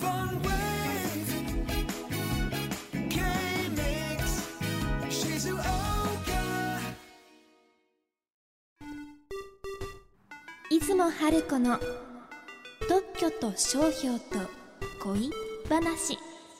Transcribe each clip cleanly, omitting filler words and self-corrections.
Fun wave K-Mix Shizuoka 出雲春子の特許と商標と恋話。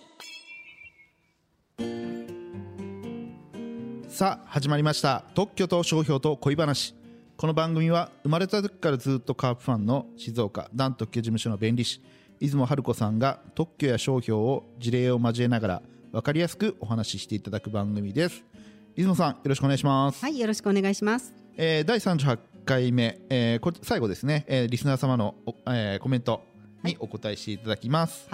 さあ始まりました。特許と商標と恋話。この番組は生まれた時からずっとカープファンの静岡ダン特許事務所の弁理士出雲春子さんが特許や商標を事例を交えながら分かりやすくお話ししていただく番組です。出雲さんよろしくお願いします。 はい、よろしくお願いします。 第38回目、最後ですね、リスナー様のコメントにお答えしていただきます。 はい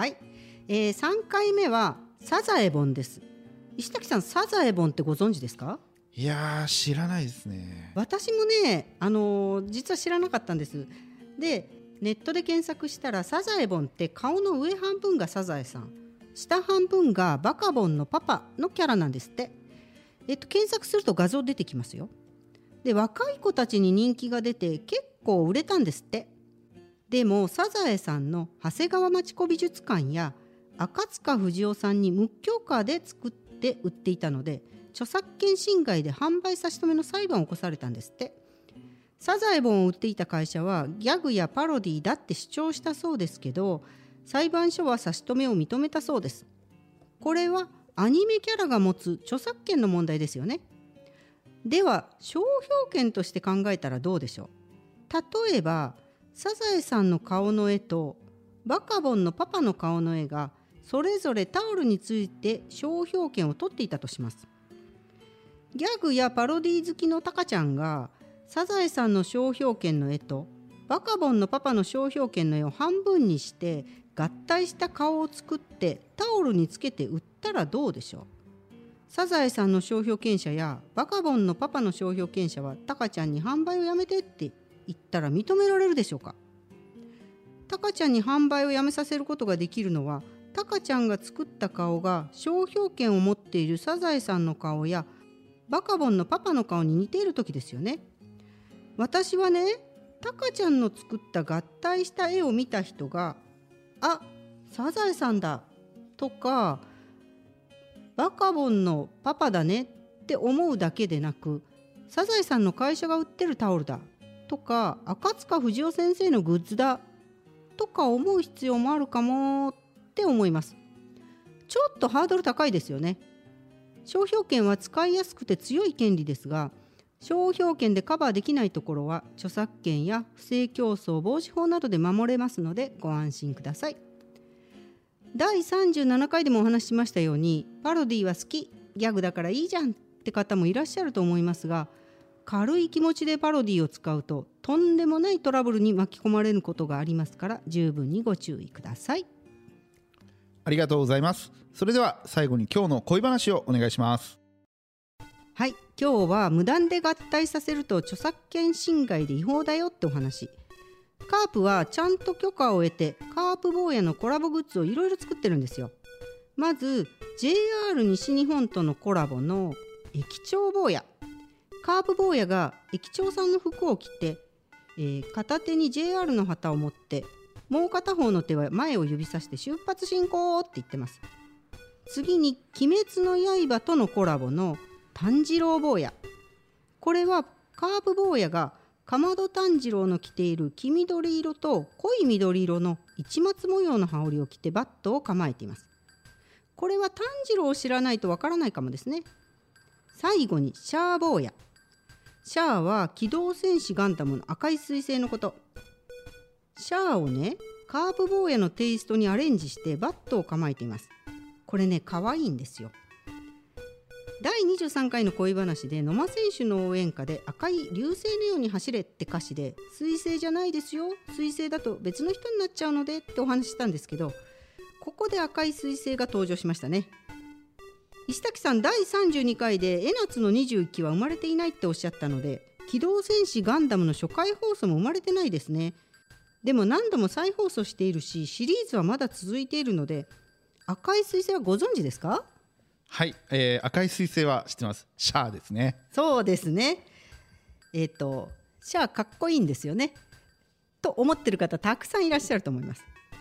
、3回目はサザエボンです。石滝さん、サザエボンってご存知ですか？ いやー知らないですね。 私もね、実は知らなかったんです。でネットで検索したらサザエボンって顔の上半分がサザエさん、下半分がバカボンのパパのキャラなんですって。検索すると画像出てきますよ。で若い子たちに人気が出て結構売れたんですって。でもサザエさんの長谷川町子美術館や赤塚不二夫さんに無許可で作って売っていたので、著作権侵害で販売差し止めの裁判を起こされたんですって。サザエボンを売っていた会社はギャグやパロディだって主張したそうですけど、裁判所は差し止めを認めたそうです。これはアニメキャラが持つ著作権の問題ですよね。では商標権として考えたらどうでしょう。例えばサザエさんの顔の絵とバカボンのパパの顔の絵がそれぞれタオルについて商標権を取っていたとします。ギャグやパロディ好きのタカちゃんがサザエさんの商標権の絵とバカボンのパパの商標権の絵を半分にして合体した顔を作ってタオルにつけて売ったらどうでしょう。サザエさんの商標権者やバカボンのパパの商標権者はタカちゃんに販売をやめてって言ったら認められるでしょうか。タカちゃんに販売をやめさせることができるのは、タカちゃんが作った顔が商標権を持っているサザエさんの顔やバカボンのパパの顔に似ている時ですよね。私はね、タカちゃんの作った合体した絵を見た人が、あ、サザエさんだとかバカボンのパパだねって思うだけでなく、サザエさんの会社が売ってるタオルだとか赤塚不二夫先生のグッズだとか思う必要もあるかもって思います。ちょっとハードル高いですよね。商標権は使いやすくて強い権利ですが、商標権でカバーできないところは著作権や不正競争防止法などで守れますのでご安心ください。第37回でもお話ししましたように、パロディは好き、ギャグだからいいじゃんって方もいらっしゃると思いますが、軽い気持ちでパロディを使うととんでもないトラブルに巻き込まれることがありますから、十分にご注意ください。 ありがとうございます。それでは最後に今日の恋話をお願いします。 はい、今日は無断で合体させると著作権侵害で違法だよってお話。カープはちゃんと許可を得てカープ坊やのコラボグッズをいろいろ作ってるんですよ。まず JR 西日本とのコラボの駅長坊や。カープ坊やが駅長さんの服を着て、片手に JR の旗を持ってもう片方の手は前を指さして出発進行って言ってます。次に鬼滅の刃とのコラボの炭治郎坊や。これはカープ坊やがかまど炭治郎の着ている黄緑色と濃い緑色の市松模様の羽織を着てバットを構えています。これは炭治郎を知らないとわからないかもですね。最後にシャア坊や。シャアは機動戦士ガンダムの赤い彗星のこと。シャアをね、カープ坊やのテイストにアレンジしてバットを構えています。これね、可愛いんですよ。第23回の恋話で野間選手の応援歌で赤い流星のように走れって歌詞で、彗星じゃないですよ、彗星だと別の人になっちゃうのでってお話ししたんですけど、ここで赤い彗星が登場しましたね。石滝さん、第32回で江夏の21期は生まれていないっておっしゃったので、機動戦士ガンダムの初回放送も生まれてないですね。でも何度も再放送しているし、シリーズはまだ続いているので、赤い彗星はご存知ですか？ はい、赤い彗星は知ってます。シャアですね。 そうですね。シャアかっこいいんですよねと思ってる方たくさんいらっしゃると思います。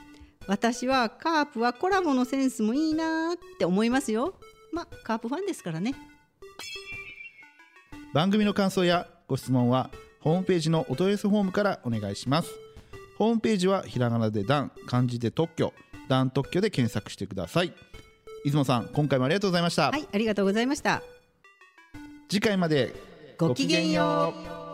私はカープはコラボのセンスもいいなって思いますよ。カープファンですからね。 番組の感想やご質問はホームページのお問い合わせフォームからお願いします。ホームページはひらがなでダン、漢字で特許、ダン特許で検索してください。出雲さん、今回もありがとうございました。 はい、ありがとうございました。 次回までごきげんよう。